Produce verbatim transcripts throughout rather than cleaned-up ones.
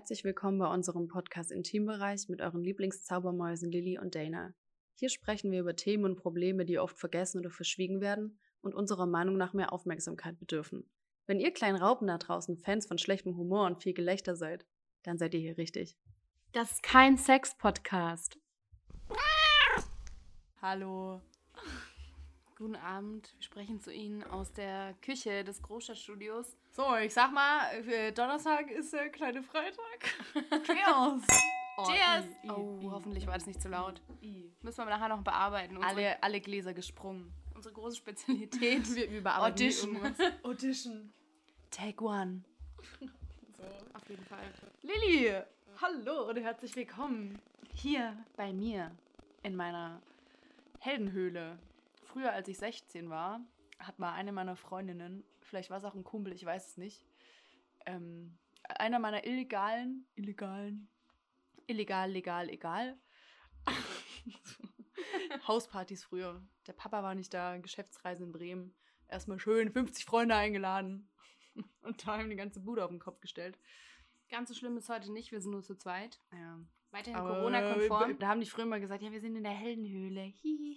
herzlich willkommen bei unserem Podcast Intimbereich mit euren Lieblingszaubermäusen Lilly und Dana. Hier sprechen wir über Themen und Probleme, die oft vergessen oder verschwiegen werden und unserer Meinung nach mehr Aufmerksamkeit bedürfen. Wenn ihr kleinen Raupen da draußen Fans von schlechtem Humor und viel Gelächter seid, dann seid ihr hier richtig. Das ist kein Sex-Podcast. Hallo. Guten Abend. Wir sprechen zu Ihnen aus der Küche des Großstadtstudios. So, ich sag mal, für Donnerstag ist der kleine Freitag. Cheers! Oh, Cheers! I, I, oh, I, hoffentlich war das nicht zu laut. I. Müssen wir nachher noch bearbeiten. Unsere, alle, alle Gläser gesprungen. Unsere große Spezialität. wir, wir bearbeiten Audition. Audition. Take one. So. Auf jeden Fall. Lilly, hallo und herzlich willkommen. Hier bei mir in meiner Heldenhöhle. Früher, als ich sechzehn war, hat mal eine meiner Freundinnen, vielleicht war es auch ein Kumpel, ich weiß es nicht, ähm, einer meiner illegalen, illegalen, illegal, legal, egal, Hauspartys früher. Der Papa war nicht da, Geschäftsreise in Bremen. Erstmal schön fünfzig Freunde eingeladen und da haben die ganze Bude auf den Kopf gestellt. Ganz so schlimm ist heute nicht, wir sind nur zu zweit. Ja. Weiterhin Corona-konform. Da haben die früher mal gesagt, ja, wir sind in der Heldenhöhle.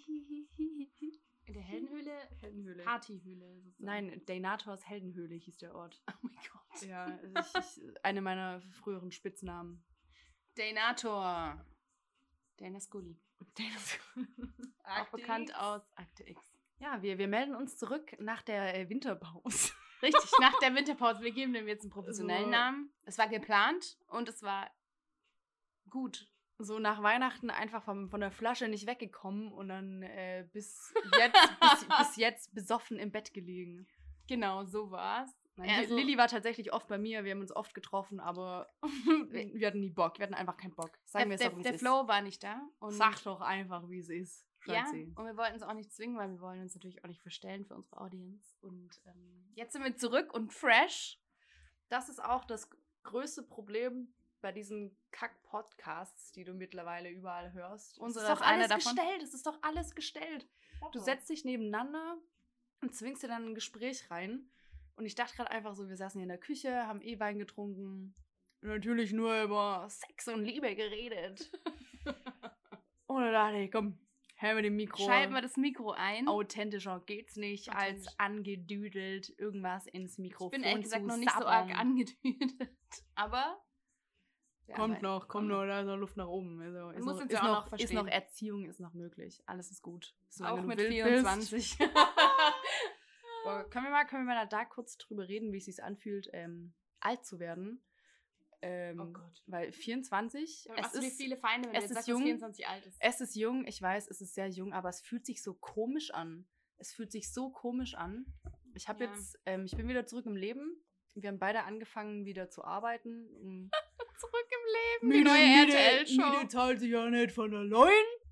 In der Heldenhöhle? Heldenhöhle. Partyhöhle. Sozusagen. Nein, Dainators Heldenhöhle hieß der Ort. Oh mein Gott. Ja, ich, ich, eine meiner früheren Spitznamen. Dainator. Dana Scully. Dana Scully. Auch bekannt aus Akte X. Ja, wir, wir melden uns zurück nach der äh, Winterpause. Richtig, nach der Winterpause. Wir geben dem jetzt einen professionellen so. Namen. Es war geplant und es war gut. So nach Weihnachten einfach vom, von der Flasche nicht weggekommen und dann äh, bis, jetzt, bis, bis jetzt besoffen im Bett gelegen. Genau, so war's. Nein, also, Lilly war tatsächlich oft bei mir, wir haben uns oft getroffen, aber wir, wir hatten nie Bock, wir hatten einfach keinen Bock. Sagen der wir es doch, wie der es Flow ist. war nicht da. Und sag doch einfach, wie es ist. Ja, und wir wollten es auch nicht zwingen, weil wir wollen uns natürlich auch nicht verstellen für unsere Audience. Und ähm, jetzt sind wir zurück und fresh. Das ist auch das größte Problem bei diesen Kack-Podcasts, die du mittlerweile überall hörst. Unsere ist doch alles davon. gestellt, es ist doch alles gestellt. Du setzt dich nebeneinander und zwingst dir dann ein Gespräch rein. Und ich dachte gerade einfach so, wir saßen hier in der Küche, haben eh Wein getrunken. Natürlich nur über Sex und Liebe geredet. Und da dachte ich, komm, hör mir dem Mikro. Schalten wir das Mikro ein. Authentischer geht's nicht, Authentisch. als angedüdelt irgendwas ins Mikrofon zu Ich bin ehrlich gesagt noch nicht sabbern. so arg angedüdelt. Aber ja, kommt noch, kommt noch, da ist noch Luft nach oben. Also, ist, muss noch, uns ist, ja auch noch, noch verstehen. ist noch Erziehung, ist noch möglich. Alles ist gut. Auch mit vierundzwanzig. Boah, können wir mal, können wir mal da kurz drüber reden, wie es sich anfühlt, ähm, alt zu werden? Ähm, oh Gott. Weil vierundzwanzig, Dann es hast du ist, viele Feinde, wenn es du jetzt ist sagst, jung, dass vierundzwanzig alt ist. Es ist jung, ich weiß, es ist sehr jung, aber es fühlt sich so komisch an. Es fühlt sich so komisch an. Ich habe Ja. jetzt, ähm, ich bin wieder zurück im Leben. Wir haben beide angefangen, wieder zu arbeiten. Um Zurück im Leben, die neue R T L-Show. Miete zahlt sich ja nicht von allein.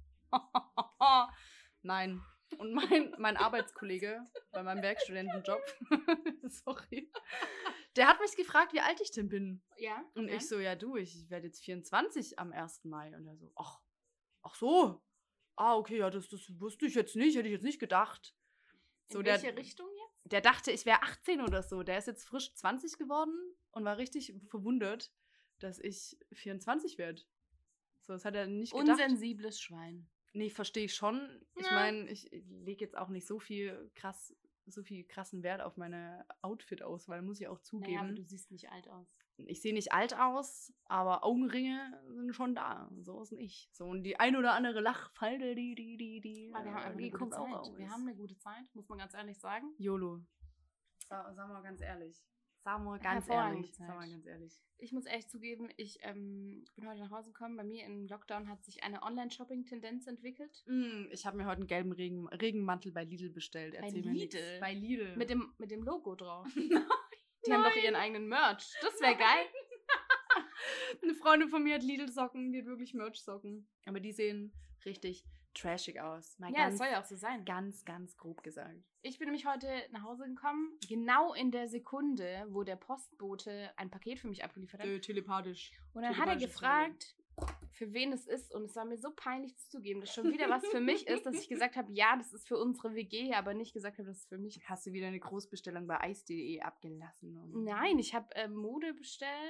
Nein. Und mein, mein Arbeitskollege bei meinem Werkstudentenjob, sorry, der hat mich gefragt, wie alt ich denn bin. Ja. Und okay. ich so, ja du, ich werde jetzt vierundzwanzig am ersten Mai. Und er so, ach, ach so. Ah, okay, ja, das, das wusste ich jetzt nicht, hätte ich jetzt nicht gedacht. So, In der, welche Richtung jetzt? Der dachte, ich wäre achtzehn oder so. Der ist jetzt frisch zwanzig geworden und war richtig verwundert, dass ich vierundzwanzig werde. So, das hat er nicht gedacht. Unsensibles Schwein. Nee, verstehe ich schon. Ich Ja. meine, ich lege jetzt auch nicht so viel krass, so viel krassen Wert auf meine Outfit-Auswahl, muss ich auch zugeben. Naja, aber du siehst nicht alt aus. Ich sehe nicht alt aus, aber Augenringe sind schon da. So ist nicht. So, und die ein oder andere Lachfalte, die, die, die, die, Aber wir haben eine die gute kommt Zeit. auch raus. Wir haben eine gute Zeit, muss man ganz ehrlich sagen. YOLO. Sa sagen wir ganz ehrlich. Sagen wir ganz Hervorragende ehrlich. Zeit. Sagen wir ganz ehrlich. Ich muss echt zugeben, ich ähm, bin heute nach Hause gekommen. Bei mir im Lockdown hat sich eine Online-Shopping-Tendenz entwickelt. Mm, ich habe mir heute einen gelben Regen Regenmantel bei Lidl bestellt. Bei Erzähl mir Lidl? nichts. Bei Lidl. Mit dem, mit dem Logo drauf. Nein. Die haben doch ihren eigenen Merch. Das wäre geil. Eine Freundin von mir hat Lidl-Socken, die hat wirklich Merch-Socken. Aber die sehen richtig trashig aus. Mal Ja, ganz, das soll ja auch so sein. Ganz, ganz grob gesagt. Ich bin nämlich heute nach Hause gekommen, genau in der Sekunde, wo der Postbote ein Paket für mich abgeliefert hat. Äh, telepathisch. Und dann hat er gefragt, für wen es ist. Und es war mir so peinlich zuzugeben, dass schon wieder was für mich ist, dass ich gesagt habe, ja, das ist für unsere W G, aber nicht gesagt habe, das ist für mich. Hast du wieder eine Großbestellung bei eis punkt de abgelassen? Nein, ich habe äh, Mode bestellt.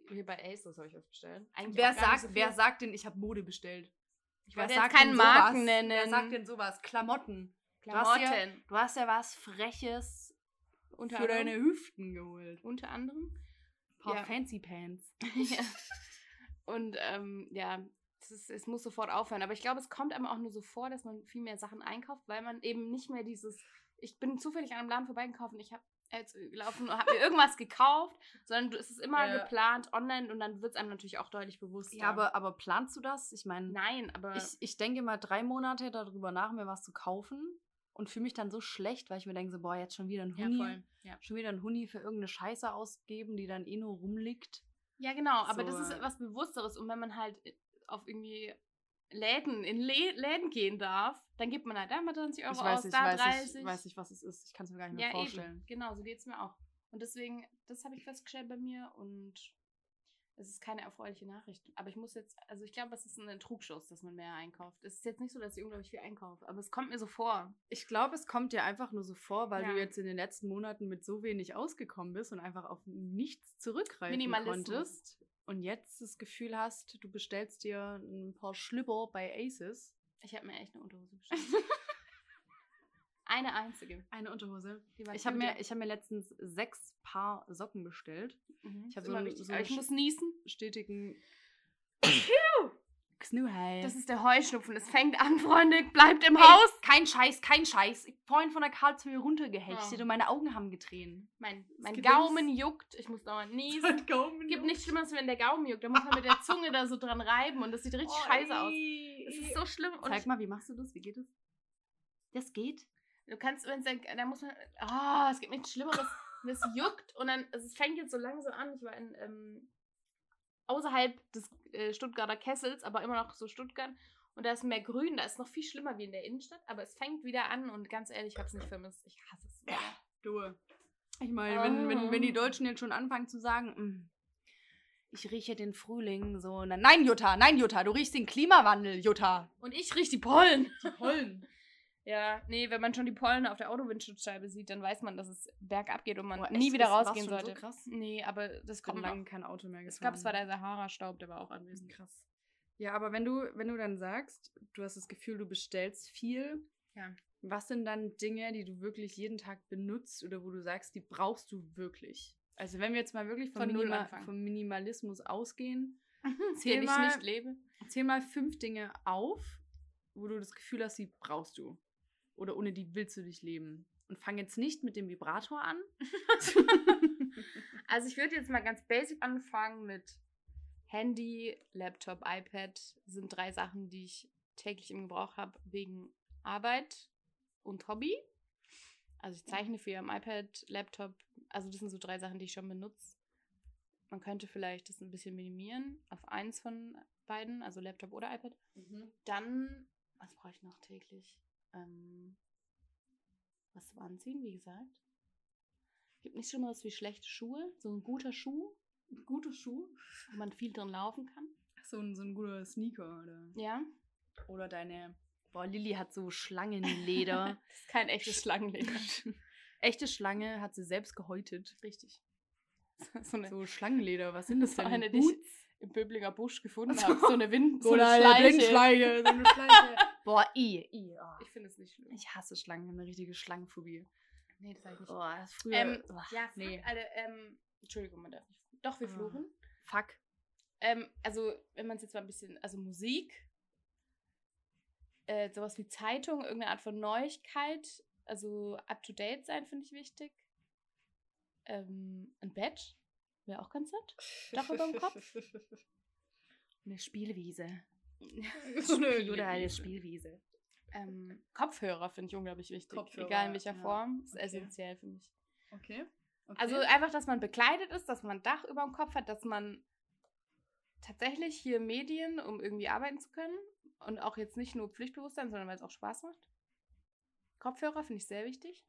hier bei ASOS habe ich was bestellt. Eigentlich Wer auch gar nicht sagt, so viel. wer sagt denn, ich habe Mode bestellt? Ich Wer wollte jetzt sagt keinen denn Marken sowas? nennen. Wer sagt denn sowas? Klamotten. Klamotten. Du hast ja, du hast ja was Freches Unter für anderem. deine Hüften geholt. Unter anderem. Ein paar Ja. Fancy Pants. Ja. Und ähm, ja, es, ist, es muss sofort aufhören. Aber ich glaube, es kommt einem auch nur so vor, dass man viel mehr Sachen einkauft, weil man eben nicht mehr dieses, ich bin zufällig an einem Laden vorbeigekauft und ich habe jetzt gelaufen und habe mir irgendwas gekauft, sondern es ist immer Ja. geplant online und dann wird es einem natürlich auch deutlich bewusster. Ja, aber, aber planst du das? Ich meine, Nein, aber ich, ich denke mal drei Monate darüber nach, mir was zu kaufen und fühle mich dann so schlecht, weil ich mir denke so, boah, jetzt schon wieder ein ja, Huni. voll. Ja. Schon wieder ein Huni für irgendeine Scheiße ausgeben, die dann eh nur rumliegt. Ja, genau, aber So, das ist äh, etwas Bewussteres. Und wenn man halt auf irgendwie Läden, in Lä Läden gehen darf, dann gibt man halt da mal zwanzig Euro Ich weiß aus, nicht, da weiß dreißig. nicht, weiß nicht, was es ist. Ich kann es mir gar nicht mehr Ja, vorstellen. eben. Genau, so geht es mir auch. Und deswegen, das habe ich festgestellt bei mir und es ist keine erfreuliche Nachricht. Aber ich muss jetzt, also ich glaube, es ist ein Trugschuss, dass man mehr einkauft. Es ist jetzt nicht so, dass ich unglaublich viel einkaufe, aber es kommt mir so vor. Ich glaube, es kommt dir einfach nur so vor, weil Ja. du jetzt in den letzten Monaten mit so wenig ausgekommen bist und einfach auf nichts zurückgreifen Minimalismus. konntest. Und jetzt das Gefühl hast, du bestellst dir ein paar Schlüpper bei Aces. Ich habe mir echt eine Unterhose bestellt. Eine einzige. Eine Unterhose. Die war Ich habe cute. mir, ich hab mir letztens sechs Paar Socken bestellt. Mhm. ich hab Ist so immer ein- wichtig. so Aber ein ich muss niesen. Stetigen Xnuhai. Das ist der Heuschnupfen. Es fängt an, Freunde. Bleibt im Ey, Haus. Kein Scheiß, kein Scheiß. Ich bin vorhin von der Karlshöhe runtergehechtet Oh. und meine Augen haben getränen. Mein, mein gibt Gaumen juckt. Ich muss nochmal niesen. Gaumen. Gibt nichts Schlimmeres, wenn der Gaumen juckt. Da muss man mit der Zunge da so dran reiben und das sieht richtig scheiße aus. Das ist so schlimm. Und Zeig ich, mal, wie machst du das? Wie geht es? Das geht? du kannst, wenn es dann, da muss man, oh, es gibt nichts Schlimmeres, wenn es juckt und dann, also es fängt jetzt so langsam an. Ich war in, ähm, außerhalb des äh, Stuttgarter Kessels, aber immer noch so Stuttgart. Und da ist mehr Grün, da ist noch viel schlimmer wie in der Innenstadt, aber es fängt wieder an und ganz ehrlich, ich habe es nicht vermisst. Ich hasse es. wieder. Du. Ich meine, wenn, wenn, wenn die Deutschen jetzt schon anfangen zu sagen, "Mm, ich rieche den Frühling, so, na, nein, Jutta, nein, Jutta, du riechst den Klimawandel, Jutta. Und ich riech die Pollen. Die Pollen. Ja, nee, wenn man schon die Pollen auf der Autowindschutzscheibe sieht, dann weiß man, dass es bergab geht und man Boah, nie echt? wieder Ist- war's rausgehen schon so sollte. krass? Nee, aber das Ich bin kommt lange noch. kein Auto mehr gefahren. Ich glaube, es war der Sahara-Staub, der war auch anwesend. Krass. Ja, aber wenn du, wenn du dann sagst, du hast das Gefühl, du bestellst viel, Ja. was sind dann Dinge, die du wirklich jeden Tag benutzt oder wo du sagst, die brauchst du wirklich? Also wenn wir jetzt mal wirklich vom, Von null Minima anfangen. vom Minimalismus ausgehen, Zähl Zähl ich mal- nicht lebe. zähl mal fünf Dinge auf, wo du das Gefühl hast, die brauchst du. Oder ohne die willst du nicht leben. Und fang jetzt nicht mit dem Vibrator an. Also ich würde jetzt mal ganz basic anfangen mit Handy, Laptop, iPad. Sind drei Sachen, die ich täglich im Gebrauch habe wegen Arbeit und Hobby. Also ich zeichne viel am iPad, Laptop. Also das sind so drei Sachen, die ich schon benutze. Man könnte vielleicht das ein bisschen minimieren auf eins von beiden, also Laptop oder iPad. Dann, was brauche ich noch täglich? Ähm, was zum Anziehen, wie gesagt. Gibt nichts Schlimmeres wie schlechte Schuhe. So ein guter Schuh, Ein guter Schuh. wo man viel drin laufen kann. So ein, so ein guter Sneaker. Oder, Ja. oder deine... Boah, Lilly hat so Schlangenleder. Das ist kein echtes Schlangenleder. Echte Schlange hat sie selbst gehäutet. Richtig. So eine, So Schlangenleder, was sind das so denn? eine die ich Boots? im Böblinger Busch gefunden So. habe. So eine Wind, so Oder eine eine Schleiche. Blindschleiche. So eine Schleiche. Boah, i, i. Oh. Ich finde es nicht schlimm. Ich hasse Schlangen, ich habe eine richtige Schlangenphobie. Nee, das sag ich nicht. Boah, das früher... Ähm, Boah, ja, fuck, nee. Alter, ähm, Entschuldigung, man darf nicht. Doch, wir Ah. fluchen. Fuck. Ähm, also, wenn man es jetzt mal ein bisschen, also Musik, äh, sowas wie Zeitung, irgendeine Art von Neuigkeit, also up to date sein, finde ich wichtig. Ähm, ein Bett wäre auch ganz nett. Dach über dem Kopf. Eine Spielwiese. Spielwiese. Oder eine Spielwiese. Ähm, Kopfhörer finde ich unglaublich wichtig. Kopfhörer, Egal in welcher ja. Form, ist Okay. essentiell für mich. Okay. okay. Also einfach, dass man bekleidet ist, dass man ein Dach über dem Kopf hat, dass man tatsächlich hier Medien, um irgendwie arbeiten zu können und auch jetzt nicht nur Pflichtbewusstsein, sondern weil es auch Spaß macht. Kopfhörer finde ich sehr wichtig.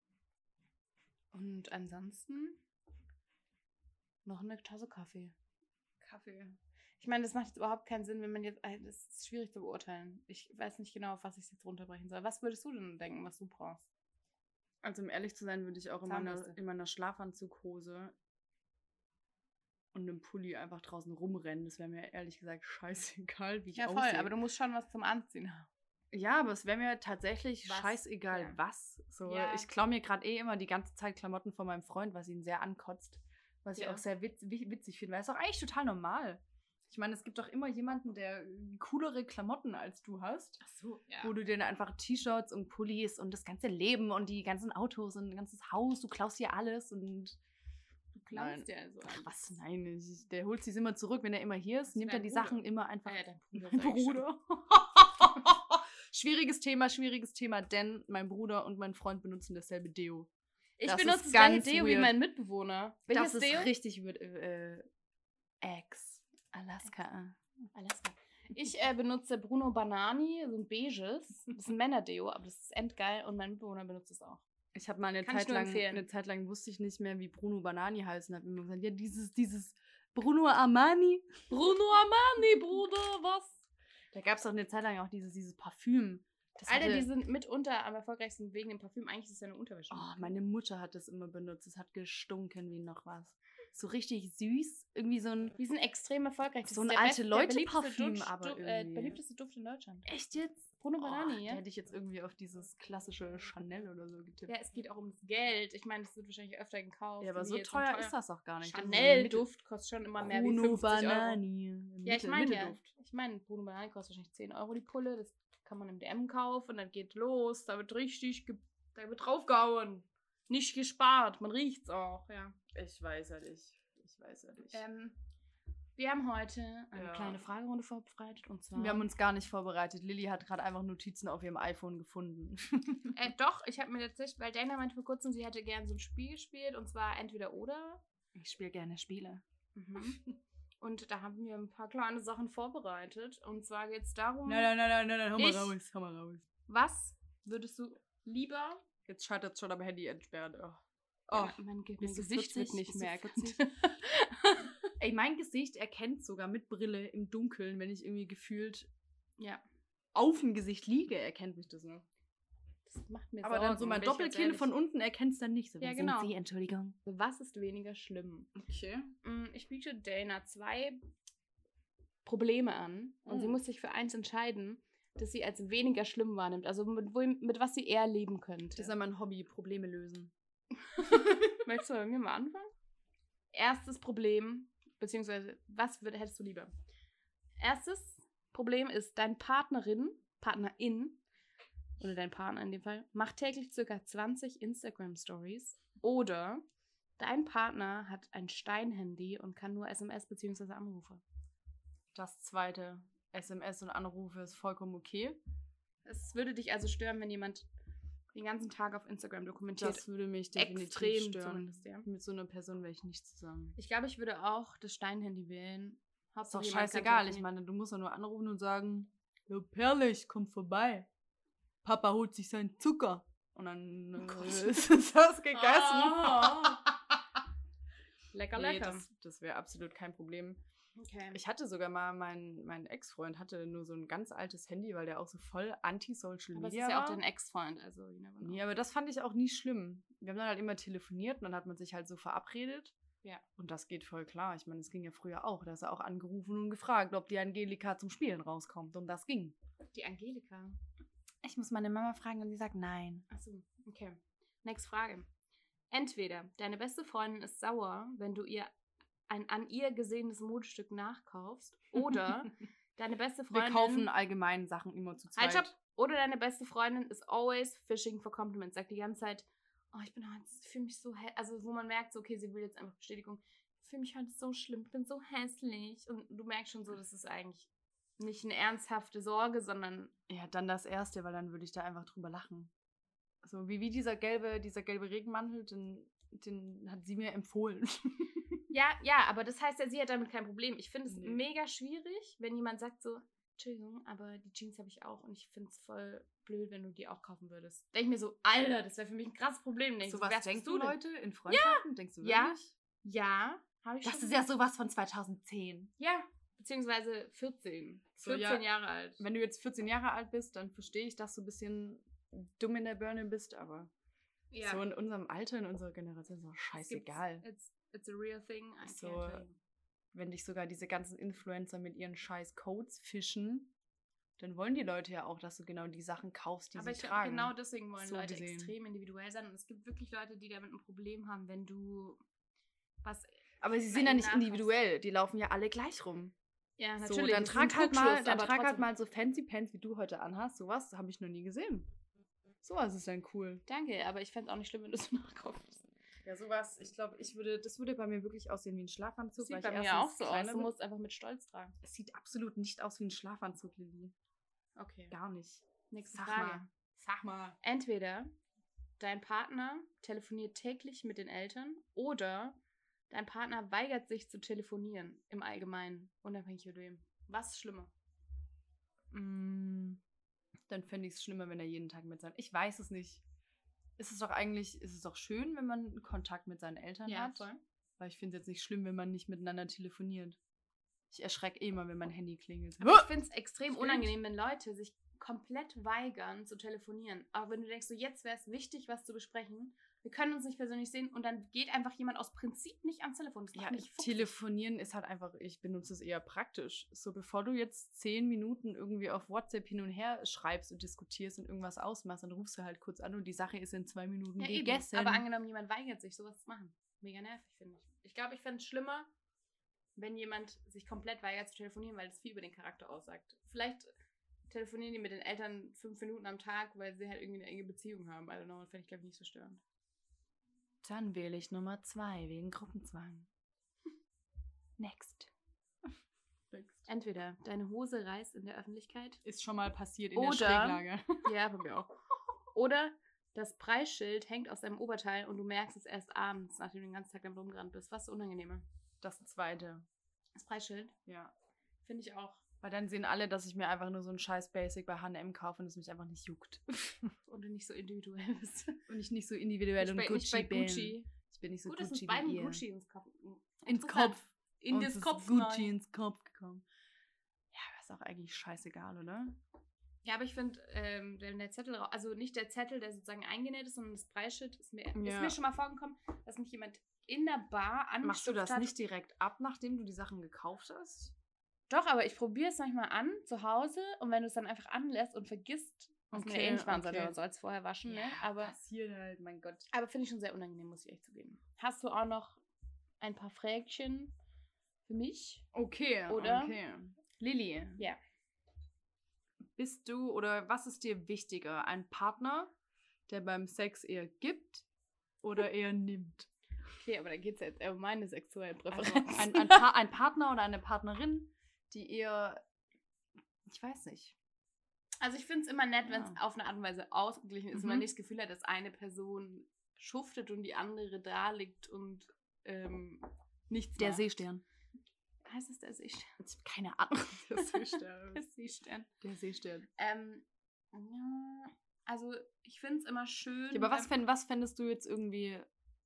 Und ansonsten noch eine Tasse Kaffee. Kaffee. Ich meine, das macht jetzt überhaupt keinen Sinn, wenn man jetzt, äh, das ist schwierig zu beurteilen. Ich weiß nicht genau, auf was ich es jetzt runterbrechen soll. Was würdest du denn denken, was du brauchst? Also um ehrlich zu sein, würde ich auch in meiner, Zahnbürste. in meiner Schlafanzughose und einem Pulli einfach draußen rumrennen. Das wäre mir ehrlich gesagt scheißegal, wie ich Ja, voll, aussehe. aber du musst schon was zum Anziehen haben. Ja, aber es wäre mir tatsächlich Was? scheißegal, Ja. was. So, Ja. ich klaue mir gerade eh immer die ganze Zeit Klamotten von meinem Freund, was ihn sehr ankotzt. Was ich Ja. auch sehr witz, wi- witzig finde, weil es ist auch eigentlich total normal. Ich meine, es gibt doch immer jemanden, der coolere Klamotten als du hast, Ach so, ja. wo du dir dann einfach T-Shirts und Pullis und das ganze Leben und die ganzen Autos und ein ganzes Haus, du klaust dir alles und Du klaust Nein. ja also Ach, was? Nein, ich, der holt sich immer zurück, wenn er immer hier ist, ist nimmt er dein die Bruder. Sachen immer einfach. Ah ja, dein Bruder. Mein sag ich schon. Bruder. Schwieriges Thema, schwieriges Thema, denn mein Bruder und mein Freund benutzen dasselbe Deo. Ich Das benutze ist das gleiche ganz Deo wie weird. mein Mitbewohner. Welches das ist Deo? richtig weird. Äh, Axe. Alaska. Alaska. Ich äh, benutze Bruno Banani, so ein beiges. Das ist ein Männerdeo, aber das ist endgeil und mein Mitbewohner benutzt es auch. Ich habe mal eine Kann ich Zeit nur lang, empfehlen. eine Zeit lang wusste ich nicht mehr, wie Bruno Banani heißt und habe immer gesagt, ja, dieses, dieses Bruno Armani. Bruno Armani, Bruder, was? Da gab es doch eine Zeit lang auch dieses, dieses Parfüm. Das Alter, hatte- die sind mitunter am erfolgreichsten wegen dem Parfüm. Eigentlich ist es ja eine Unterwäsche. Oh, meine Mutter hat das immer benutzt. Es hat gestunken wie noch was. So richtig süß. Irgendwie so ein. Die sind extrem erfolgreich. Das So ist ein der alte beste- Leute der beliebteste Parfüm, Duft- aber Du- äh, irgendwie. beliebteste Duft in Deutschland. Echt jetzt? Bruno Oh, Banani, da ja? hätte ich jetzt irgendwie auf dieses klassische Chanel oder so getippt. Ja, es geht auch ums Geld. Ich meine, das wird wahrscheinlich öfter gekauft. Ja, aber wie so jetzt teuer ein ist das auch gar nicht. Das ist so Chanel-Duft kostet schon immer mehr wie Bruno fünfzig Euro. Banani. Ja, ich Mitte- meine ja. Mittelduft. Ich meine, Bruno Banani kostet wahrscheinlich zehn Euro die Pulle. Das kann man im D M kaufen und dann geht los. Da wird richtig, ge da wird draufgehauen. Nicht gespart. Man riecht's auch, ja. Ich weiß ja nicht. Ich weiß ja nicht. Ähm, wir haben heute eine Ja. kleine Fragerunde vorbereitet und zwar. Wir haben uns gar nicht vorbereitet. Lilly hat gerade einfach Notizen auf ihrem iPhone gefunden. Äh, doch, ich habe mir tatsächlich, weil Dana meinte vor kurzem, sie hätte gern so ein Spiel gespielt und zwar entweder oder. Ich spiele gerne Spiele. Mhm. Und da haben wir ein paar kleine Sachen vorbereitet. Und zwar geht es darum, Nein, nein, nein, nein, nein, nein, hau mal Ich- raus, hau mal raus. was würdest du lieber. Jetzt scheitert schon am Handy entsperrt. Oh. Oh, Oh. mein, Ge mein Bist du Gesicht vierzig? wird nicht Bist du mehr vierzig? erkannt. Ey, mein Gesicht erkennt sogar mit Brille im Dunkeln, wenn ich irgendwie gefühlt Ja, auf dem Gesicht liege, erkennt mich das noch. das macht mir Aber Sorgen, dann so mein bin ich ganz Doppelkinn ehrlich. von unten erkennt es dann nicht. So, Ja, wer genau. sind Sie? Entschuldigung. Was ist weniger schlimm? Okay. Mm, Ich biete Dana zwei Probleme an und sie Mm. muss sich für eins entscheiden, das sie als weniger schlimm wahrnimmt. Also mit, wo, mit was sie eher leben könnte. Das ist ja mein Hobby, Probleme lösen. Möchtest du bei mir mal anfangen? Erstes Problem, beziehungsweise was würd, hättest du lieber? Erstes Problem ist, dein Partnerin, Partnerin, oder dein Partner in dem Fall, macht täglich ca. zwanzig Instagram-Stories oder dein Partner hat ein Steinhandy und kann nur S M S beziehungsweise Anrufe. Das zweite, S M S und Anrufe ist vollkommen okay. Es würde dich also stören, wenn jemand den ganzen Tag auf Instagram dokumentiert. Das würde mich definitiv Extrem stören. zumindest, ja. Mit so einer Person wäre ich nicht zusammen. Ich glaube, ich würde auch das Steinhandy wählen. Ist doch Hauptsache jemand kann scheißegal. Ich telefonieren. meine, du musst ja nur anrufen und sagen, ja, Perlich, komm vorbei. Papa holt sich seinen Zucker. Und dann Oh Gott. äh, ist das gegessen. Ah. Lecker, Nee, lecker. das, das wäre absolut kein Problem. Okay. Ich hatte sogar mal, mein, mein Ex-Freund hatte nur so ein ganz altes Handy, weil der auch so voll anti-Social Aber es Media ist ja auch war. dein Ex-Freund, also you never know. Nee, aber das fand ich auch nie schlimm. Wir haben dann halt immer telefoniert und dann hat man sich halt so verabredet. Ja. Und das geht voll klar. Ich meine, es ging ja früher auch. Da ist er auch angerufen und gefragt, ob die Angelika zum Spielen rauskommt. Und das ging. Die Angelika. Ich muss meine Mama fragen und sie sagt nein. Achso, okay. Nächste Frage. Entweder deine beste Freundin ist sauer, wenn du ihr ein an ihr gesehenes Modestück nachkaufst, oder deine beste Wir Freundin... kaufen allgemein Sachen immer zu zweit. Halt, stopp! Oder deine beste Freundin ist always fishing for compliments. Sagt die ganze Zeit, oh, ich bin heute, ich fühle mich so hä-, also wo man merkt, so, okay, sie will jetzt einfach Bestätigung. Ich fühle mich heute so schlimm, ich bin so hässlich. Und du merkst schon so, das ist eigentlich nicht eine ernsthafte Sorge, sondern Ja, dann das Erste, weil dann würde ich da einfach drüber lachen. So wie, wie dieser gelbe, dieser gelbe Regenmantel, den, den hat sie mir empfohlen. ja, ja, aber das heißt ja, sie hat damit kein Problem. Ich finde es Nee. mega schwierig, wenn jemand sagt so, Entschuldigung, aber die Jeans habe ich auch und ich finde es voll blöd, wenn du die auch kaufen würdest. Denke ich mir so, Alter, das wäre für mich ein krasses Problem. Denk ich So so, was wer denkst bist du, denn? Leute, in Freundschaften? Denkst du Ja. wirklich? Ja, habe ich Das schon ist ja gesagt. sowas von zweitausendzehn. Ja, beziehungsweise vierzehn. So, vierzehn ja. Jahre alt. Wenn du jetzt vierzehn Jahre alt bist, dann verstehe ich, dass du ein bisschen dumm in der Birne bist, aber Ja. so in unserem Alter, in unserer Generation ist auch Es gibt's- scheißegal. It's, it's a real thing. I So, can't tell you. wenn dich sogar diese ganzen Influencer mit ihren scheiß Codes fischen, dann wollen die Leute ja auch, dass du genau die Sachen kaufst, die Aber sie ich tragen. genau deswegen wollen So Leute gesehen. extrem individuell sein. Und es gibt wirklich Leute, die damit ein Problem haben, wenn du was... Aber sie bei sind ja ihnen nicht nachmachst. individuell. Die laufen ja alle gleich rum. Ja, So, natürlich. dann es ist trag ein halt mal, Kurzschluss, dann aber trag halt trotzdem. mal so fancy Pants, wie du heute anhast. Sowas habe ich noch nie gesehen. Sowas ist dann cool. Danke, aber ich fände es auch nicht schlimm, wenn du so nachkaufst. Ja, sowas, ich glaube, ich würde, das würde bei mir wirklich aussehen wie ein Schlafanzug. Das sieht weil bei ich mir auch erstens so aus. kleiner Du bin. musst einfach mit Stolz tragen. Es sieht absolut nicht aus wie ein Schlafanzug, Lilly. Okay. Gar nicht. Nächste Sag Frage. mal. Sag mal. Entweder dein Partner telefoniert täglich mit den Eltern oder dein Partner weigert sich zu telefonieren im Allgemeinen, unabhängig von wem. Was ist schlimmer? Mm, dann fände ich es schlimmer, wenn er jeden Tag mit seinen... Ich weiß es nicht. Ist es doch eigentlich, ist es doch schön, wenn man Kontakt mit seinen Eltern hat. voll. Weil ich finde es jetzt nicht schlimm, wenn man nicht miteinander telefoniert. Ich erschrecke eh mal, wenn mein Handy klingelt. Aber ich finde es extrem Stimmt. unangenehm, wenn Leute sich komplett weigern zu telefonieren. Aber wenn du denkst, so jetzt wäre es wichtig, was zu besprechen, wir können uns nicht persönlich sehen und dann geht einfach jemand aus Prinzip nicht ans Telefon. Das macht Ja, mich fuchsig. telefonieren ist halt einfach, ich benutze es eher praktisch. So, bevor du jetzt zehn Minuten irgendwie auf WhatsApp hin und her schreibst und diskutierst und irgendwas ausmachst, dann rufst du halt kurz an und die Sache ist in zwei Minuten Ja, eben. gegessen. Aber angenommen, jemand weigert sich, sowas zu machen. Mega nervig, finde ich. Ich glaube, ich fände es schlimmer, wenn jemand sich komplett weigert zu telefonieren, weil das viel über den Charakter aussagt. Vielleicht telefonieren die mit den Eltern fünf Minuten am Tag, weil sie halt irgendwie eine enge Beziehung haben. I don't know, das fände ich, glaube ich, nicht so störend. Dann wähle ich Nummer zwei wegen Gruppenzwang. Next. Entweder deine Hose reißt in der Öffentlichkeit. Ist schon mal passiert in Oder- der Schräglage. Ja, bei mir auch. Oder das Preisschild hängt aus deinem Oberteil und du merkst es erst abends, nachdem du den ganzen Tag damit rumgerannt bist. Was ist unangenehmer? Das zweite. Das Preisschild? Ja. Finde ich auch. Weil dann sehen alle, dass ich mir einfach nur so ein scheiß Basic bei H und M kaufe und es mich einfach nicht juckt. Und du nicht so individuell bist. Und ich nicht so individuell Nicht und bei, Gucci nicht bei bin. Gucci. Ich bin nicht so Gut, es Gucci ist beiden wie ihr. Gucci ins Kopf. Ins Interessant. Kopf. In Uns das ist Kopf Gucci rein. ins Kopf gekommen. Ja, ist auch eigentlich scheißegal, oder? Ja, aber ich finde, ähm, wenn der Zettel, ra- also nicht der Zettel, der sozusagen eingenäht ist, sondern das Preisschild, ist mir, ist Ja. mir schon mal vorgekommen, dass mich jemand in der Bar anstupft Machst du das hat. nicht direkt ab, nachdem du die Sachen gekauft hast? Doch, aber ich probiere es manchmal an, zu Hause, und wenn du es dann einfach anlässt und vergisst, was mir Okay, ähnlich machen sollte, okay. dann soll es vorher waschen, ne? Aber, passiert halt, mein Gott. aber finde ich schon sehr unangenehm, muss ich echt zugeben. Hast du auch noch ein paar Frägchen für mich? Okay, Oder? okay. Lilly, Ja. bist du oder was ist dir wichtiger? Ein Partner, der beim Sex eher gibt oder eher nimmt? Okay, aber da geht es jetzt eher um meine sexuellen Also Präferenzen. ein, ein, pa ein Partner oder eine Partnerin, die eher, ich weiß nicht. Also ich finde es immer nett, wenn es Ja. auf eine Art und Weise ausgeglichen ist und Mhm. man nicht das Gefühl hat, dass eine Person schuftet und die andere da liegt und ähm, nichts Der macht. Seestern. Heißt es der Seestern? Ich habe keine Ahnung. Der Seestern. Der Seestern. Der Seestern. Ähm, ja, also ich finde es immer schön. Ja, aber was, wenn- fänd, was fändest du jetzt irgendwie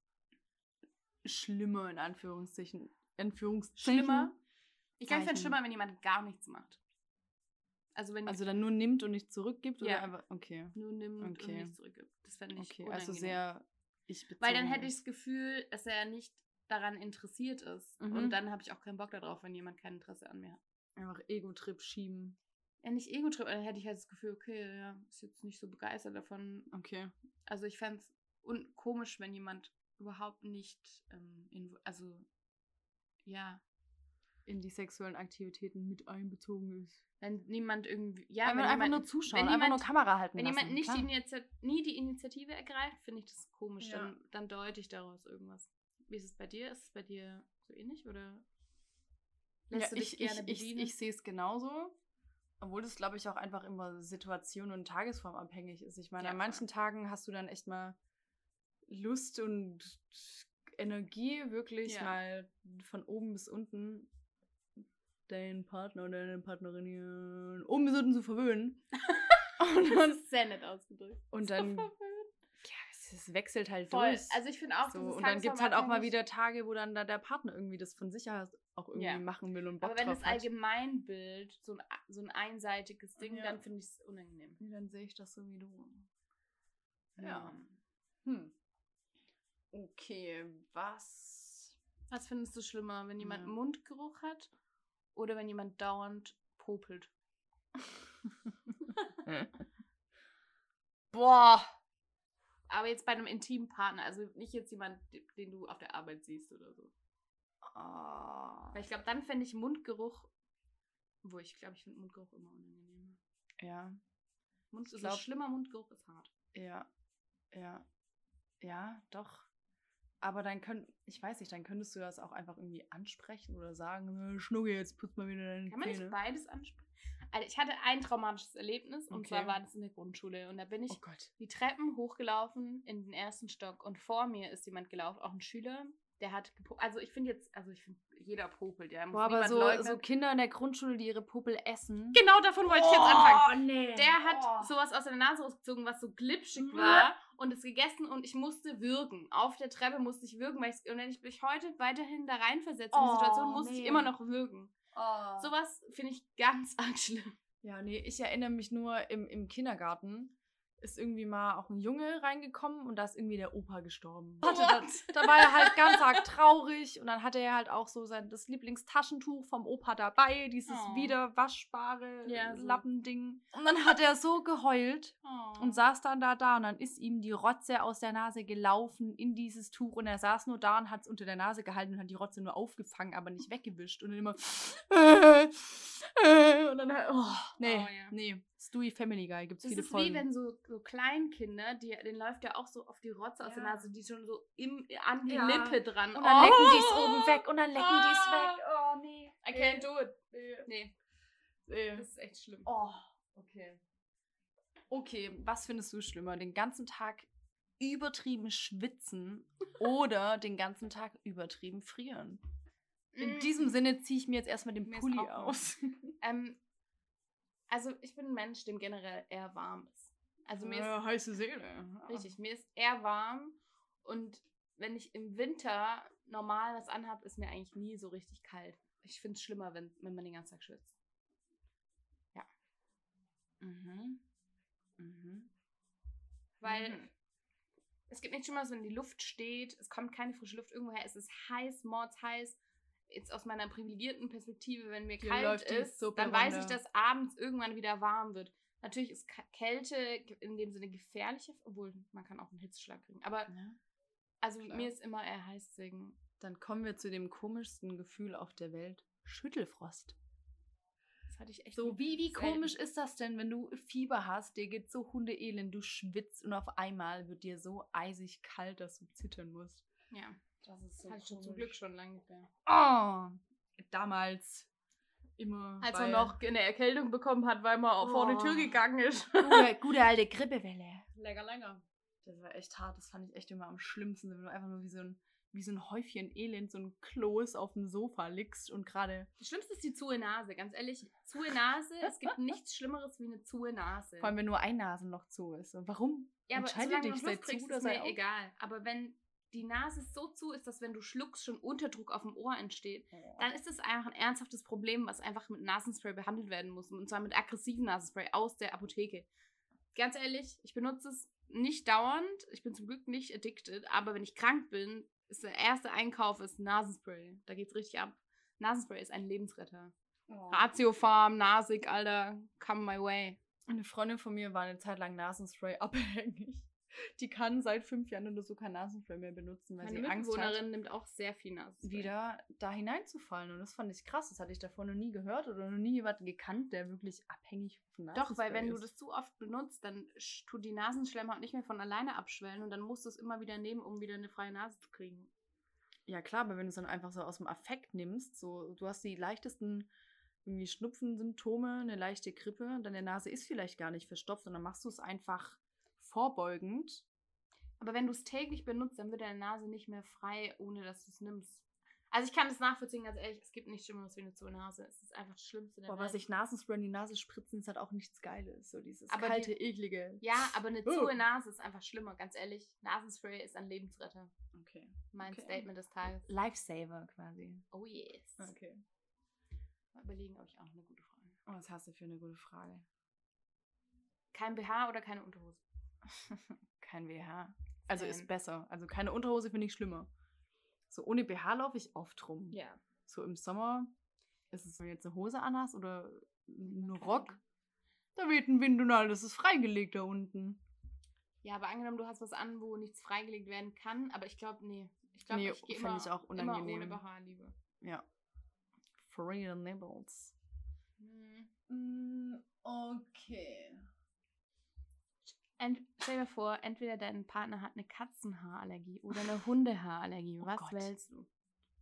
schlimmer, in Anführungszeichen? Anführungszeichen? Schlimmer? Ich glaube, ich finde es Zeichen. schlimmer, wenn jemand gar nichts macht. Also wenn Also dann nur nimmt und nicht zurückgibt? Ja. Oder einfach, okay. nur nimmt und Okay. nicht zurückgibt. Das fände ich Okay, unangenehm. also sehr ich bezogen. Weil dann hätte ich das Gefühl, dass er nicht daran interessiert ist. Mhm. Und dann habe ich auch keinen Bock darauf, wenn jemand kein Interesse an mir hat. einfach Ego-Trip schieben. Ja, nicht Ego-Trip, dann hätte ich halt das Gefühl, okay, ja, ist jetzt nicht so begeistert davon. Okay. Also ich fände es un- komisch, wenn jemand überhaupt nicht, ähm, in, also, ja, In die sexuellen Aktivitäten mit einbezogen ist. wenn niemand irgendwie, ja, Einfach, wenn einfach jemand, nur zuschauen, wenn einfach jemand- nur Kamera halten wenn lassen. jemand nicht klar. die Initiative, nie die Initiative ergreift, finde ich das komisch. Ja. Dann, dann deute ich daraus irgendwas. Wie ist es bei dir? Ist es bei dir so ähnlich oder lässt Ja, du dich ich, gerne ich, ich, bedienen? ich sehe es genauso. Obwohl das, glaube ich, auch einfach immer Situation und Tagesform abhängig ist. Ich meine, Ja, an manchen Tagen hast du dann echt mal Lust und Energie, wirklich Ja. mal von oben bis unten deinen Partner oder deine Partnerin hier oben bis unten zu verwöhnen. und das dann, ist sehr nett ausgedrückt. und dann ja, es, es wechselt halt Voll. durch. Also ich finde auch, so, das ist und dann gibt es halt auch mal tagesformabhängig. wieder Tage, wo dann da der Partner irgendwie das von sich aus auch irgendwie Ja. machen will und Bock Aber wenn drauf das hat. Allgemeinbild so ein, so ein einseitiges Ding, Ja. dann finde ich es unangenehm. Nee, dann sehe ich das so wie du. Ja. Hm. Okay, was Was findest du schlimmer, wenn jemand Ja. einen Mundgeruch hat oder wenn jemand dauernd popelt? Boah. Aber jetzt bei einem intimen Partner, also nicht jetzt jemand, den du auf der Arbeit siehst oder so. Oh. Weil ich glaube, dann fände ich Mundgeruch, wo ich glaube, ich finde Mundgeruch immer unangenehm. Ja, Mund, Ich so glaub- schlimmer Mundgeruch ist hart. ja, ja, ja, doch. Aber dann könnt, ich weiß nicht, dann könntest du das auch einfach irgendwie ansprechen oder sagen, äh, Schnucki, jetzt putz mal wieder deine Kann man nicht Zähne. beides ansprechen? Also ich hatte ein traumatisches Erlebnis und Okay. zwar war das in der Grundschule und da bin ich Oh Gott. die Treppen hochgelaufen in den ersten Stock und vor mir ist jemand gelaufen, auch ein Schüler, der hat gepopelt. Also ich finde jetzt, also ich finde, jeder popelt, ja. Muss Boah, aber niemand so, leugnen. so Kinder in der Grundschule, die ihre Popel essen. Genau davon wollte ich jetzt anfangen. nee. Der hat Oh. sowas aus der Nase rausgezogen, was so glitschig Bäh. war und es gegessen und ich musste würgen. Auf der Treppe musste ich würgen, weil ich, und wenn ich mich heute weiterhin da reinversetze in die Oh, Situation, musste nee. ich immer noch würgen. Oh. Sowas finde ich ganz arg schlimm. Ja, nee, ich erinnere mich nur, im, im Kindergarten ist irgendwie mal auch ein Junge reingekommen und da ist irgendwie der Opa gestorben. Hatte What? das, da war er halt ganz arg traurig und dann hatte er halt auch so sein das Lieblingstaschentuch vom Opa dabei, dieses Oh. wieder waschbare Ja, so. Lappending. Und dann hat er so geheult Oh. und saß dann da da und dann ist ihm die Rotze aus der Nase gelaufen in dieses Tuch und er saß nur da und hat es unter der Nase gehalten und hat die Rotze nur aufgefangen, aber nicht weggewischt und dann immer äh, äh, und dann halt, oh, nee, Oh, ja. nee, Stewie Family Guy, gibt's Das viele ist Folgen. wie wenn so, so Kleinkinder, die, denen läuft ja auch so auf die Rotze aus der Ja. Nase, die schon so im, an die Ja. Lippe dran. Und dann lecken die es Oh. oben weg und dann lecken die es Ah. weg. Oh, nee. I can't do it. Nee. Nee, Nee. das ist echt schlimm. Oh, okay. Okay, was findest du schlimmer? Den ganzen Tag übertrieben schwitzen oder den ganzen Tag übertrieben frieren? In Mm. diesem Sinne ziehe ich mir jetzt erstmal den Mir ist Pulli auch warm. aus. Ähm, also ich bin ein Mensch, dem generell eher warm ist. Also mir ist Äh, heiße Seele. richtig, mir ist eher warm und wenn ich im Winter normal was anhab, ist mir eigentlich nie so richtig kalt. Ich finde es schlimmer, wenn, wenn man den ganzen Tag schwitzt. Mhm. Mhm. Weil Mhm. es gibt nichts Schlimmeres, wenn die Luft steht, es kommt keine frische Luft irgendwoher, es ist heiß, mordsheiß. Jetzt aus meiner privilegierten Perspektive, wenn mir Dir kalt läuft die ist, Suppe dann weiß ich, runter. dass abends irgendwann wieder warm wird. Natürlich ist Ka- Kälte in dem Sinne gefährlicher, obwohl man kann auch einen Hitzeschlag kriegen. Aber Ja. also klar. mir ist immer eher heiß, deswegen. Dann kommen wir zu dem komischsten Gefühl auf der Welt. Schüttelfrost. Das hatte ich echt. So, wie, wie selten. komisch ist das denn, wenn du Fieber hast, dir geht so hundeelend, du schwitzt und auf einmal wird dir so eisig kalt, dass du zittern musst. Ja, Das ist hatte ich schon zum Glück schon lange nicht mehr. Oh, damals immer. Als weil- man noch eine Erkältung bekommen hat, weil man auch vor die Tür Oh. gegangen ist. Gute, gute alte Grippewelle. Lecker, lecker. Das war echt hart, das fand ich echt immer am schlimmsten, wenn du einfach nur wie so ein, wie so ein Häufchen Elend, so ein Kloß auf dem Sofa liegst und gerade. Das Schlimmste ist die zuhe Nase, ganz ehrlich. Zuhe Nase, es gibt nichts Schlimmeres wie eine zuhe Nase. Vor allem, wenn nur ein Nasenloch zu ist. Und warum? Ja, aber Entscheide solange du dich, noch sei Luft zu kriegst, oder ist sei mir auf. egal. Aber wenn die Nase so zu ist, dass wenn du schluckst, schon Unterdruck auf dem Ohr entsteht, dann ist es einfach ein ernsthaftes Problem, was einfach mit Nasenspray behandelt werden muss. Und zwar mit aggressivem Nasenspray aus der Apotheke. Ganz ehrlich, ich benutze es nicht dauernd. Ich bin zum Glück nicht addicted. Aber wenn ich krank bin, ist der erste Einkauf ist Nasenspray. Da geht's richtig ab. Nasenspray ist ein Lebensretter. Oh. Ratiofarm, Nasig, Alter, come my way. Eine Freundin von mir war eine Zeit lang Nasenspray abhängig. Die kann seit fünf Jahren oder so kein Nasenspray mehr benutzen, weil Meine sie Angst hat, Mitbewohnerin nimmt auch sehr viel Nasenspray. wieder da hineinzufallen. Und das fand ich krass. Das hatte ich davor noch nie gehört oder noch nie jemanden gekannt, der wirklich abhängig von Nasenspray Doch, weil wenn ist. du das zu oft benutzt, dann sch- tut die Nasenschleimhaut nicht mehr von alleine abschwellen und dann musst du es immer wieder nehmen, um wieder eine freie Nase zu kriegen. Ja klar, aber wenn du es dann einfach so aus dem Affekt nimmst, so du hast die leichtesten irgendwie Schnupfensymptome, eine leichte Grippe, deine Nase ist vielleicht gar nicht verstopft und dann machst du es einfach vorbeugend. Aber wenn du es täglich benutzt, dann wird deine Nase nicht mehr frei, ohne dass du es nimmst. Also ich kann das nachvollziehen, ganz ehrlich, es gibt nichts Schlimmeres wie eine zuhe Nase. Es ist einfach das Schlimmste der Boah, Welt. was sich Nasenspray in die Nase spritzen, ist halt auch nichts Geiles. So dieses Aber kalte, die- eklige. Ja, aber eine Oh. zuhe Nase ist einfach schlimmer, ganz ehrlich. Nasenspray ist ein Lebensretter. Okay. Mein Okay. Statement des Tages. Lifesaver quasi. Oh yes. Okay. Mal überlegen, ob ich auch eine gute Frage. Oh, was hast du für eine gute Frage? Kein B H oder keine Unterhose? Kein W H. Also Same. ist besser. Also keine Unterhose finde ich schlimmer. So ohne B H laufe ich oft rum. Ja. So im Sommer ist es, wenn du jetzt eine Hose anhast oder einen Rock, da weht ein Wind und alles ist freigelegt da unten. Ja, aber angenommen, du hast was an, wo nichts freigelegt werden kann, aber ich glaube, nee. Ich glaube, Nee, ich gehe fänd immer, ich auch immer unangenehm. ohne B H lieber. Ja. Free Nibbles. Hm. Okay. Ent stell dir vor, entweder dein Partner hat eine Katzenhaarallergie oder eine Hundehaarallergie. Oh Was Gott. wählst du?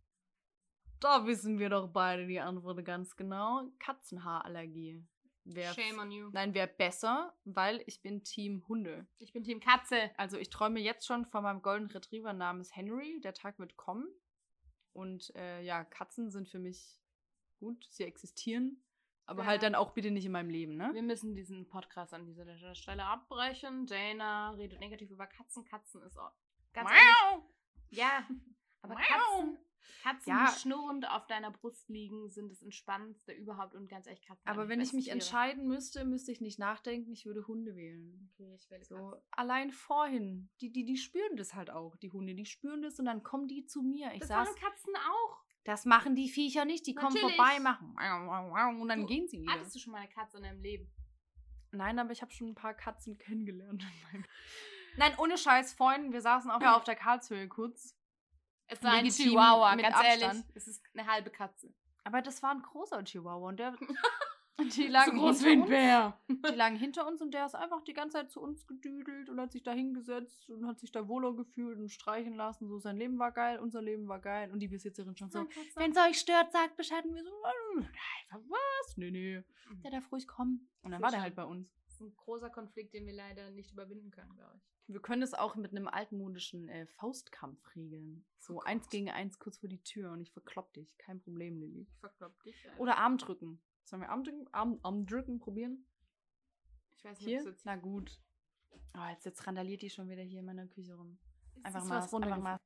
Da wissen wir doch beide die Antwort ganz genau. Katzenhaarallergie. Wär Shame on you. Nein, wäre besser, weil ich bin Team Hunde. Ich bin Team Katze. Also ich träume jetzt schon von meinem Golden Retriever namens Henry. Der Tag wird kommen. Und äh, ja, Katzen sind für mich gut. Sie existieren. Aber Ja. halt dann auch bitte nicht in meinem Leben, ne? Wir müssen diesen Podcast an dieser Stelle abbrechen. Dana redet negativ über Katzen. Katzen ist auch ganz ehrlich. Ja, aber Miau. Katzen, Katzen Ja. die schnurrend auf deiner Brust liegen, sind das Entspannendste überhaupt. Und ganz ehrlich, Katzen Aber sind wenn die ich mich besten Tiere. entscheiden müsste, müsste ich nicht nachdenken, ich würde Hunde wählen. Okay, ich wähle So, Katzen. allein vorhin. Die, die, die spüren das halt auch, die Hunde. Die spüren das und dann kommen die zu mir. Ich Das saß, machen Katzen auch. das machen die Viecher nicht. Die kommen Natürlich. vorbei, machen und dann Du, gehen sie wieder. Hattest du schon mal eine Katze in deinem Leben? Nein, aber ich habe schon ein paar Katzen kennengelernt. in meinem- Nein, ohne Scheiß, vorhin, wir saßen auch ja auf der Karlshöhe kurz. Es war ein Legitim, Chihuahua, mit ganz Abstand. ehrlich. Es ist eine halbe Katze. Aber das war ein großer Chihuahua und der... Die lagen, So groß hinter wie ein uns, Bär. die lagen hinter uns und der ist einfach die ganze Zeit zu uns gedüdelt und hat sich da hingesetzt und hat sich da wohler gefühlt und streichen lassen. So, sein Leben war geil, unser Leben war geil. Und die Besitzerin schon so, wenn es euch stört, sagt Bescheid. Und wir so, einfach was? Nee, nee. Der darf ruhig kommen. Und dann war der halt bei uns. Das ist ein großer Konflikt, den wir leider nicht überwinden können, glaube ich. Wir können es auch mit einem altmodischen äh, Faustkampf regeln. So Oh eins Gott. gegen eins kurz vor die Tür und ich verklopp dich. Kein Problem, Lilly. Ich verklopp dich. Alter. Oder Armdrücken. Sollen wir Armdrücken, Arm, Armdrücken probieren? Ich weiß nicht, Hier? ob es jetzt Na gut. Oh, jetzt, jetzt randaliert die schon wieder hier in meiner Küche rum. Ist Einfach es mal, was einfach mal.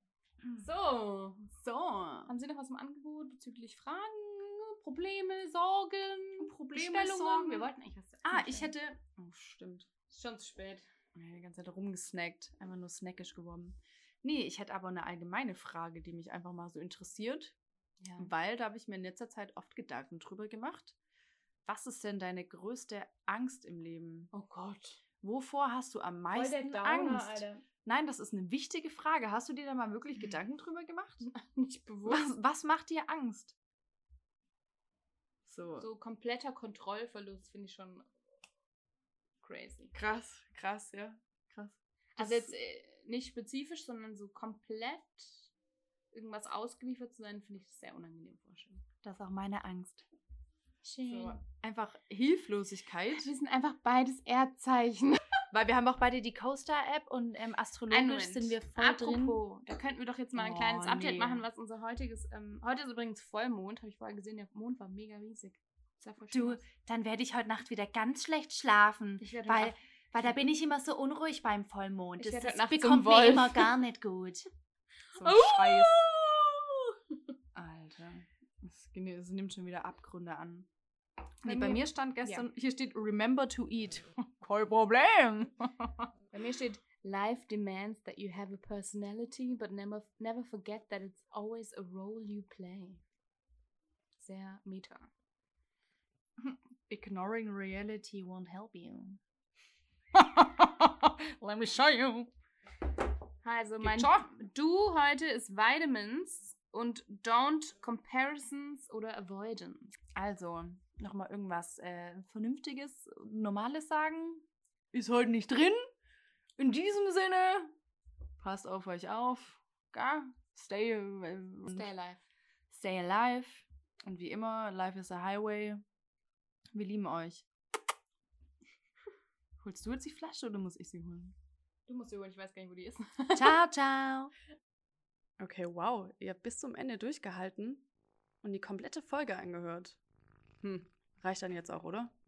So. So. Haben Sie noch was im Angebot bezüglich Fragen, Probleme, Sorgen, Probleme, Bestellungen? Sorgen? Wir wollten eigentlich was zu Ah, essen ich bestellen. hätte. Oh, stimmt. Ist schon zu spät. Ja, die ganze Zeit rumgesnackt. Einfach nur snackisch geworden. Nee, ich hätte aber eine allgemeine Frage, die mich einfach mal so interessiert. Ja. Weil da habe ich mir in letzter Zeit oft Gedanken drüber gemacht. Was ist denn deine größte Angst im Leben? Oh Gott. Wovor hast du am meisten Angst? Nein, das ist eine wichtige Frage. Hast du dir da mal wirklich Gedanken drüber gemacht? Nicht bewusst. Was, was macht dir Angst? So. So kompletter Kontrollverlust finde ich schon crazy. Krass, krass, ja. Krass. Also jetzt äh, nicht spezifisch, sondern so komplett irgendwas ausgeliefert zu sein, finde ich sehr unangenehm vorstellen. Das ist auch meine Angst. Schön. So, einfach Hilflosigkeit. Wir sind einfach beides Erdzeichen. Weil wir haben auch beide die CoStar-App und ähm, astrologisch sind wir voll Apropos, da könnten wir doch jetzt mal ein Oh, kleines Update nee. machen, was unser heutiges, ähm, heute ist übrigens Vollmond, habe ich vorher gesehen, der Mond war mega riesig. Sah voll schön Du, aus. dann werde ich heute Nacht wieder ganz schlecht schlafen. Ich werde Weil, heute weil da bin ich immer so unruhig beim Vollmond. Ich Das, werde das heute Nacht bekommt zum mir Wolf. immer gar nicht gut. So ein Au! Scheiß. Alter. Es, gene- es nimmt schon wieder Abgründe an. Nee, bei mir- mir stand gestern, hier steht Remember to eat. Kein Problem. Bei mir steht, Life demands that you have a personality, but never, never forget that it's always a role you play. Sehr meta. Ignoring reality won't help you. Let me show you. Also Geht mein schon. Du heute ist Vitamins und Don't Comparisons oder Avoidance. Also, nochmal irgendwas äh, Vernünftiges, Normales sagen. Ist heute nicht drin. In diesem Sinne, passt auf euch auf. Gar. Stay, äh, und Stay alive. stay alive. Und wie immer, life is a highway. Wir lieben euch. Holst du jetzt die Flasche oder muss ich sie holen? Du musst über, ich weiß gar nicht, wo die ist. Ciao, ciao. Okay, wow. Ihr habt bis zum Ende durchgehalten und die komplette Folge angehört. Hm, reicht dann jetzt auch, oder?